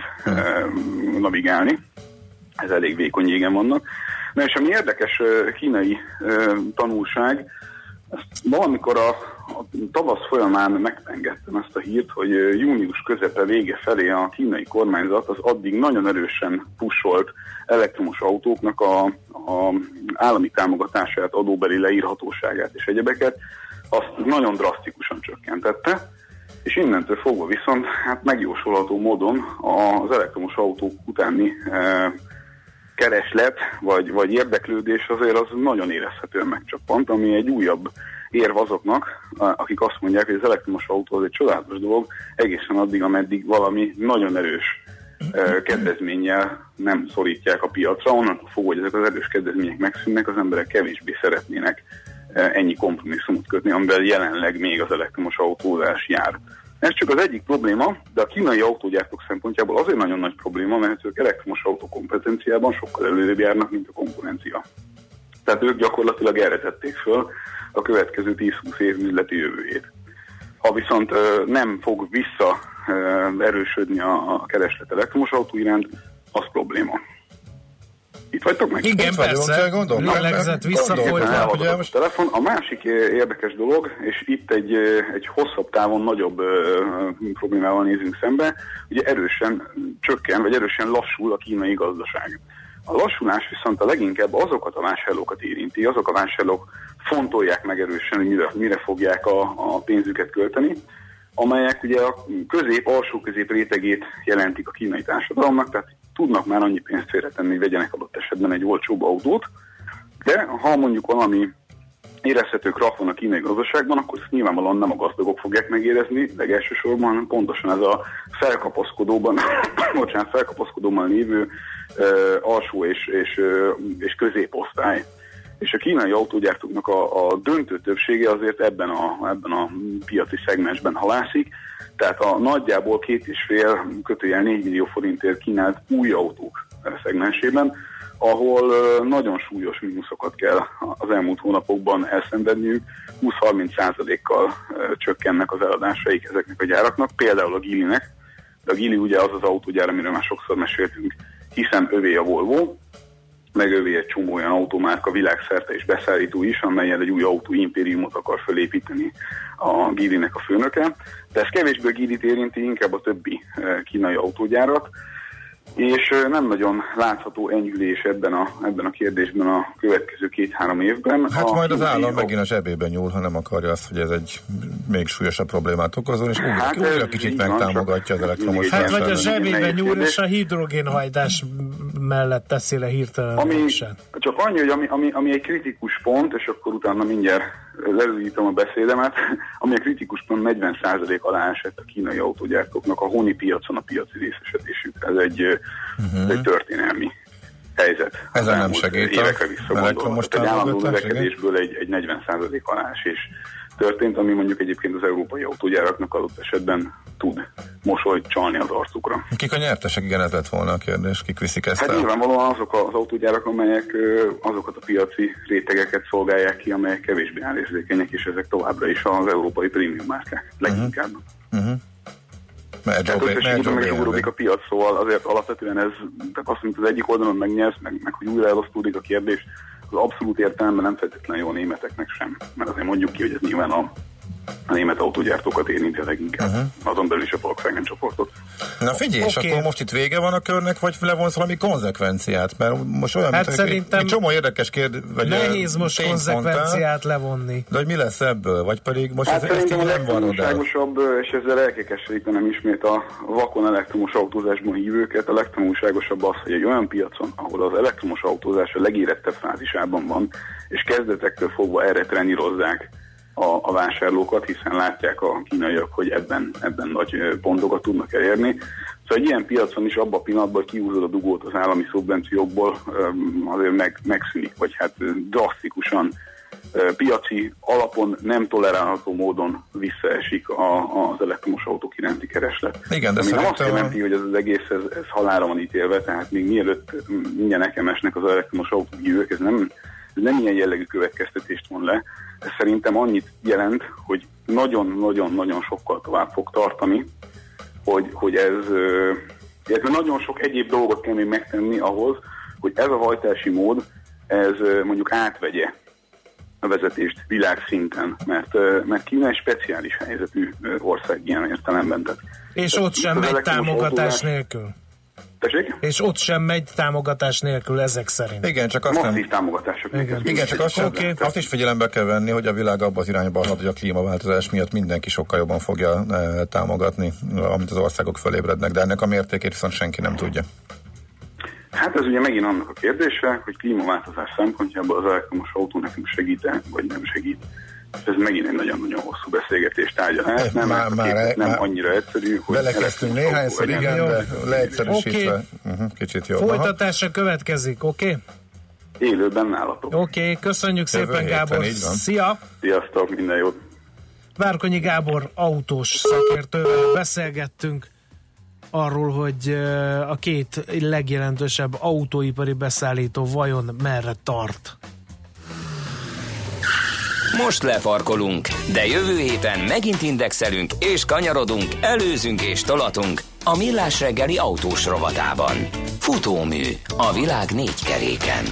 hmm. navigálni. Ez elég vékony jégen vannak. Na és ami érdekes kínai tanulság, ezt valamikor a, a tavasz folyamán megengedtem ezt a hírt, hogy június közepe vége felé a kínai kormányzat az addig nagyon erősen pusholt elektromos autóknak a, a állami támogatását, adóbeli leírhatóságát és egyebeket, azt nagyon drasztikusan csökkentette, és innentől fogva viszont hát megjósolható módon az elektromos autók utáni e, kereslet, vagy, vagy érdeklődés azért az nagyon érezhetően megcsappant, ami egy újabb érv azoknak, akik azt mondják, hogy az elektromos autó az egy csodálatos dolog, egészen addig, ameddig valami nagyon erős eh, kedvezménnyel nem szorítják a piacra. Onnantól fogva, hogy ezek az erős kedvezmények megszűnnek, az emberek kevésbé szeretnének eh, ennyi kompromisszumot kötni, amivel jelenleg még az elektromos autózás jár. Ez csak az egyik probléma, de a kínai autógyártók szempontjából azért nagyon nagy probléma, mert ők elektromos autó kompetenciában sokkal előrébb járnak, mint a konkurencia. Tehát ők gyakorlatilag erre tették föl a következő tíz-húsz év üzleti jövőjét. Ha viszont nem fog vissza erősödni a kereslet elektromos autó iránt, az probléma. Itt vagytok meg? Igen, persze. Lélegzett, visszafolytva. A telefon. A másik érdekes dolog, és itt egy, egy hosszabb távon nagyobb problémával nézünk szembe, ugye erősen csökken, vagy erősen lassul a kínai gazdaság. A lassulás viszont a leginkább azokat a vásárlókat érinti, azok a vásárlók fontolják meg erősen, hogy mire, mire fogják a, a pénzüket költeni, amelyek ugye a közép, alsó-közép rétegét jelentik a kínai társadalomnak, tehát tudnak már annyi pénzt félretenni, hogy vegyenek adott esetben egy olcsóbb autót, de ha mondjuk valami érezhető krach van a kínai gazdaságban, akkor ezt nyilvánvalóan nem a gazdagok fogják megérezni, de elsősorban, hanem pontosan ez a felkapaszkodóban, bocsánat, felkapaszkodóban lévő uh, alsó és, és, uh, és középosztály. És a kínai autógyártóknak a, a döntő többsége azért ebben a, ebben a piaci szegmensben halászik, tehát a nagyjából két és fél kötőjel négy millió forintért kínált új autók szegmensében, ahol nagyon súlyos mínuszokat kell az elmúlt hónapokban elszenvedniük, húsz-harminc százalékkal csökkennek az eladásaik ezeknek a gyáraknak, például a Geelynek, de a Geely ugye az az autógyár, amiről már sokszor meséltünk, hiszen övé a Volvo, meg övé egy csomó olyan automárka világszerte és beszállító is, amelyen egy új autóimpériumot akar felépíteni a Geelynek a főnöke, de ez kevésbé a Geelyt érinti, inkább a többi kínai autógyárat, és nem nagyon látható enyhülés ebben a, ebben a kérdésben a következő két-három évben. Hát a majd az állam a... megint a zsebében nyúl, ha nem akarja azt, hogy ez egy még súlyosabb problémát okozol, és újra, hát újra kicsit megtámogatja az elektromos. Hát vagy a zsebében nyúl, és a hidrogénhajtás mellett teszi le hirtelen. Ami, csak annyi, hogy ami, ami, ami egy kritikus pont, és akkor utána mindjárt lerövidítem a beszédemet, ami a kritikus pont negyven százalék alá esett a kínai autógyártóknak a honi piacon a piaci részesedésük. Ez egy, uh-huh. egy történelmi helyzet. Ezen nem segít évekre visszagondolva. Egy állandó növekedésből egy, egy negyven százalék alá esés történt, ami mondjuk egyébként az európai autógyáraknak adott esetben tud mosolyt csalni az arcukra. Kik a nyertesek? Igen, ez lett volna a kérdés. Kik viszik ezt Hát el? nyilvánvalóan azok az autógyárak, amelyek ö, azokat a piaci rétegeket szolgálják ki, amelyek kevésbé árérzékenyek, és ezek továbbra is az európai prémium márkák leginkább. Uh-huh. Mert Tehát összességében meg is ugródik a piac, szóval azért alapvetően ez, tehát azt, mint az egyik oldalon megnyersz, meg, meg hogy újra elosztódik a kérdés, az abszolút értelemben nem feltétlenül jó a németeknek sem. Mert azért mondjuk ki, hogy ez nyilván a, a német autógyártókat érinti leginkább. Uh-huh. Azon belül is a Volkswagen csoportot. Na figyelj, és Okay. akkor most itt vége van a körnek, vagy levonsz valami konzekvenciát? Mert most olyan, Hát mint, szerintem egy csomó érdekes kérdés, vagy nehéz most tényt konzekvenciát mondtál, levonni. de hogy mi lesz ebből? Vagy pedig most Hát ez, ezt így szerintem a nem varrod el? legtanulságosabb, és ezzel elkékesítenem ismét a vakon elektromos autózásban hívőket, a legtanulságosabb az, hogy egy olyan piacon, ahol az elektromos autózás a legérettebb fázisában van, és kezdetektől fogva erre trenírozzák a, a vásárlókat, hiszen látják a kínaiak, hogy ebben, ebben nagy ö, pontokat tudnak elérni. Szóval egy ilyen piacon is abban a pillanatban, hogy kihúzod a dugót az állami szubvenciókból, ö, azért meg, megszűnik, vagy hát ö, drasztikusan ö, piaci alapon nem tolerálható módon visszaesik a, az elektromos autók iránti kereslet. Igen, de ami nem azt szerintem- jelenti, hogy ez az egész ez, ez halálra van ítélve, tehát még mielőtt mindjárt nekem esnek az elektromos autóhívők, ez nem, ez nem ilyen jellegű következtetést von le. Ez szerintem annyit jelent, hogy nagyon-nagyon-nagyon sokkal tovább fog tartani, hogy, hogy ez, illetve nagyon sok egyéb dolgot kell még megtenni ahhoz, hogy ez a hajtási mód, ez mondjuk átvegye a vezetést világszinten, mert, mert Kína egy speciális helyzetű ország ilyen értelemben. Tehát, És ott sem az megy elektromos támogatás autózás- nélkül. Tessék? És ott sem megy támogatás nélkül ezek szerint. Igen, csak azt Masszív nem... támogatások. Igen. Igen, csak azt, sem, Oké. azt is figyelembe kell venni, hogy a világ abban az irányba halad, hogy a klímaváltozás miatt mindenki sokkal jobban fogja e, támogatni, amit az országok fölébrednek, de ennek a mértékét viszont senki nem tudja. Hát ez ugye megint annak a kérdése, hogy klímaváltozás szempontjából az elektromos autó nekünk segít-e, vagy nem segít. És ez megint egy nagyon-nagyon hosszú beszélgetés tárgya lehet, nem, Már- már, már- már, nem már- annyira egyszerű, hogy Belekezdtünk elektromos néhányszor, autó legyen. igen, de leegyszerűsítve Oké. uh-huh, kicsit jobb. Aha. Folytatásra következik, oké? Okay? Élőben nálatok. Oké, okay, köszönjük Jövő szépen, héten, Gábor. így van. Szia! Sziasztok, minden jót! Várkonyi Gábor autós szakértővel beszélgettünk arról, hogy eh, a két legjelentősebb autóipari beszállító vajon merre tart. Most lefarkolunk, de jövő héten megint indexelünk és kanyarodunk, előzünk és tolatunk a Millás reggeli autós rovatában. Futómű a világ négy keréken.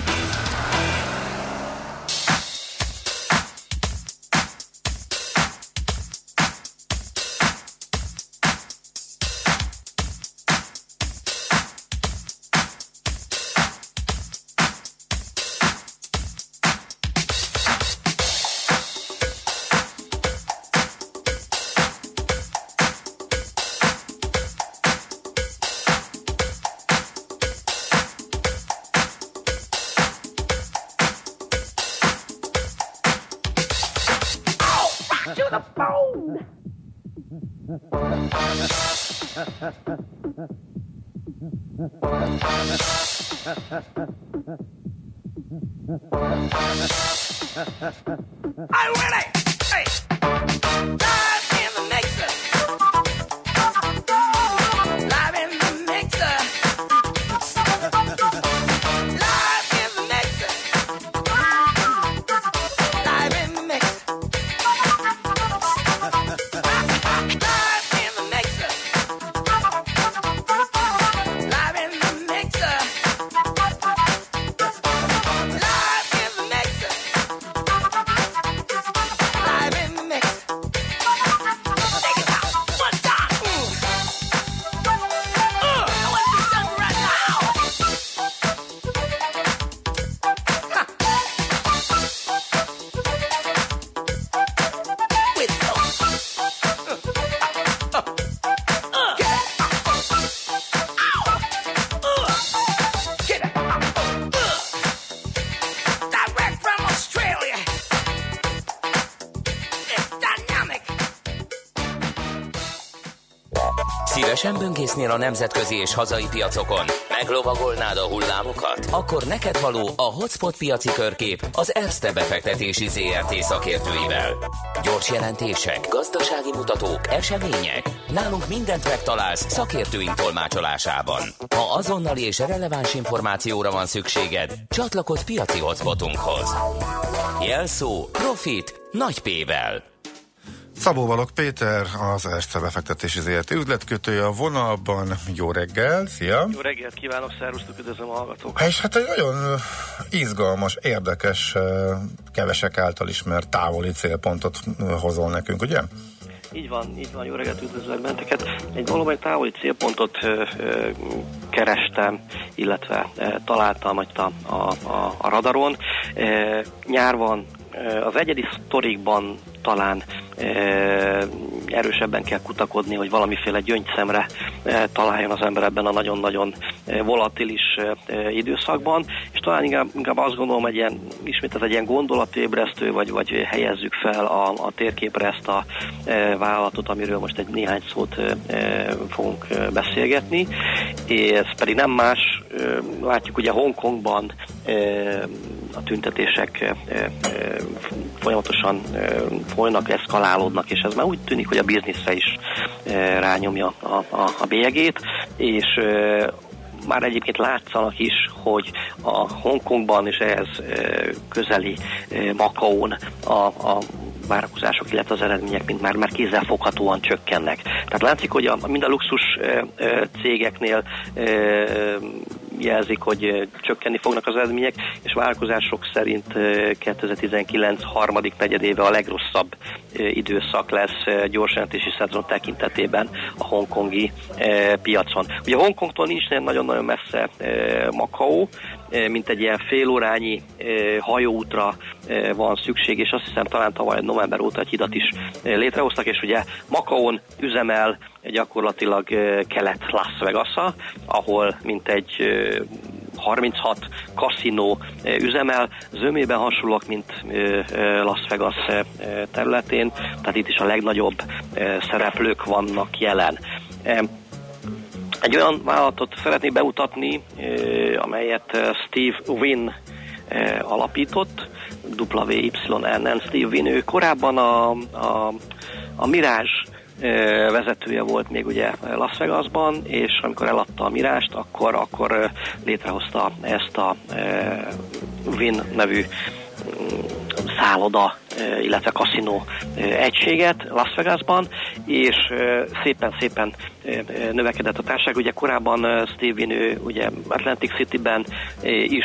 I'm ready. Hey. Live in the mixer. Live in the mixer. Live in the mixer. Live in the mixer. Live in the mixer. Live in the mixer. Live in the mixer. Live in the mix. Szívesen böngésznél a nemzetközi és hazai piacokon? Meglovagolnád a hullámokat? Akkor neked való a Hotspot piaci körkép az Erste befektetési zé er té szakértőivel. Gyors jelentések, gazdasági mutatók, események. Nálunk mindent megtalálsz szakértőink tolmácsolásában. Ha azonnali és releváns információra van szükséged, csatlakozz piaci hotspotunkhoz. Jelszó Profit nagy P-vel. Szabó Balogh Péter, az Erste befektetési zé er té üzletkötője a vonalban. Jó reggel, szia! Jó reggelt kívánok, szervusztok, üdvözlöm a hallgatókat! És hát egy nagyon izgalmas, érdekes, kevesek által ismert távoli célpontot hozol nekünk, ugye? Így van, így van, jó reggelt, üdvözlök benteket. Egy valóban távoli célpontot ö, ö, kerestem, illetve ö, találtam a, a, a, a radaron. Ö, nyár van, ö, az egyedi sztorikban talán e, erősebben kell kutakodni, hogy valamiféle gyöngyszemre e, találjon az ember ebben a nagyon-nagyon e, volatilis e, időszakban, és talán inkább, inkább azt gondolom, egy ilyen, ismét ez egy ilyen gondolatébresztő, vagy, vagy helyezzük fel a, a térképre ezt a e, vállalatot, amiről most egy néhány szót e, e, fogunk e, beszélgetni, és ez pedig nem más, e, látjuk ugye Hongkongban e, a tüntetések e, e, folyamatosan e, folynak, eszkalálódnak, és ez már úgy tűnik, hogy a bizniszre is e, rányomja a, a, a bélyegét, és e, már egyébként látszanak is, hogy a Hongkongban és ehhez e, közeli e, Makaón a, a várakozások, illetve az eredmények mint már, már kézzelfoghatóan csökkennek. Tehát látszik, hogy a, mind a luxus e, e, cégeknél e, jelzik, hogy csökkenni fognak az eredmények, és várakozások szerint kétezer-tizenkilenc harmadik negyedéve a legrosszabb időszak lesz gyorsjelentési szezon tekintetében a hongkongi piacon. Ugye Hongkongtól nincs nagyon-nagyon messze Makao, mint egy ilyen félórányi hajóútra van szükség, és azt hiszem talán tavaly november óta egy hidat is létrehoztak, és ugye Makaón üzemel gyakorlatilag kelet Las Vegas-a, ahol mint egy harminchat kaszinó üzemel, zömében hasonlóak, mint Las Vegas területén, tehát itt is a legnagyobb szereplők vannak jelen. Egy olyan vállalatot szeretnék bemutatni, amelyet Steve Wynn alapított, W Y N N, Steve Wynn. Ő korábban a, a, a Mirage vezetője volt még ugye Las Vegasban, és amikor eladta a Mirást, akkor, akkor létrehozta ezt a Wynn nevű szálloda, illetve kaszinó egységet Las Vegasban, és szépen-szépen növekedett a társaság. Ugye korábban Steve Wynn ugye Atlantic Cityben is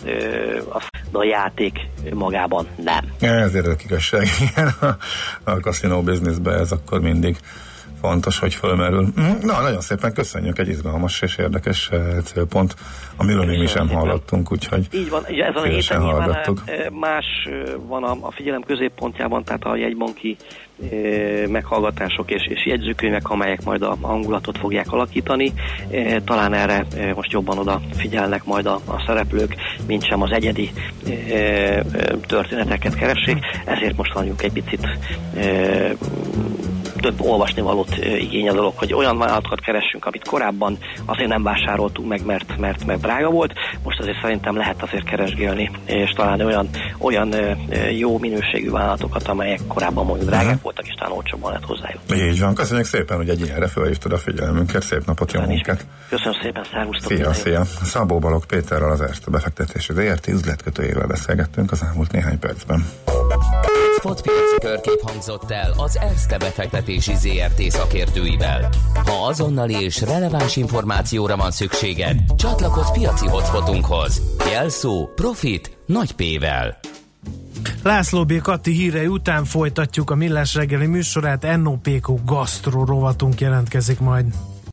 a játék magában nem. Ez érdekesság, igen. A, a kaszinó bizniszben ez akkor mindig fontos, hogy fölmerül. Na, nagyon szépen köszönjük, egy izgalmas és érdekes célpont, amiről még mi sem hallottunk, úgyhogy így van, ez a héten hallgattuk. Más van a, a figyelem középpontjában, tehát a jegybanki e, meghallgatások és, és jegyzőkönyvek, amelyek majd a hangulatot fogják alakítani. E, talán erre e, most jobban oda figyelnek majd a, a szereplők, mint sem az egyedi e, e, történeteket keressék, ezért most mondjuk egy picit e, több olvasnivalót igény a dolog, hogy olyan vállalatokat keressünk, amit korábban azért nem vásároltunk meg, mert, mert, mert drága volt. Most azért szerintem lehet azért keresgélni, és talán olyan, olyan jó minőségű vállalatokat, amelyek korábban mondjuk drágák uh-huh. voltak, és talán olcsóbban lehet hozzájutni. Így van, köszönjük szépen, hogy egy ilyenre felhívtad a figyelmünket, szép napot, jó munkát! Köszönöm szépen, szervusztok! Szia, szia! Szabó Balogh Péterrel, az Erste befektetési zé er té üzletkötőjével beszélgettünk az elmúlt néhány percben. Spotpiaci körkép hangzott el az Erste befektetési zé er té szakértőivel. Ha azonnali és releváns információra van szükséged, csatlakozz piaci hotspotunkhoz. Jelszó Profit nagy P-vel. László B. Kati hírei után folytatjuk a Millás reggeli műsorát, en o pé ká Gastro rovatunk jelentkezik majd.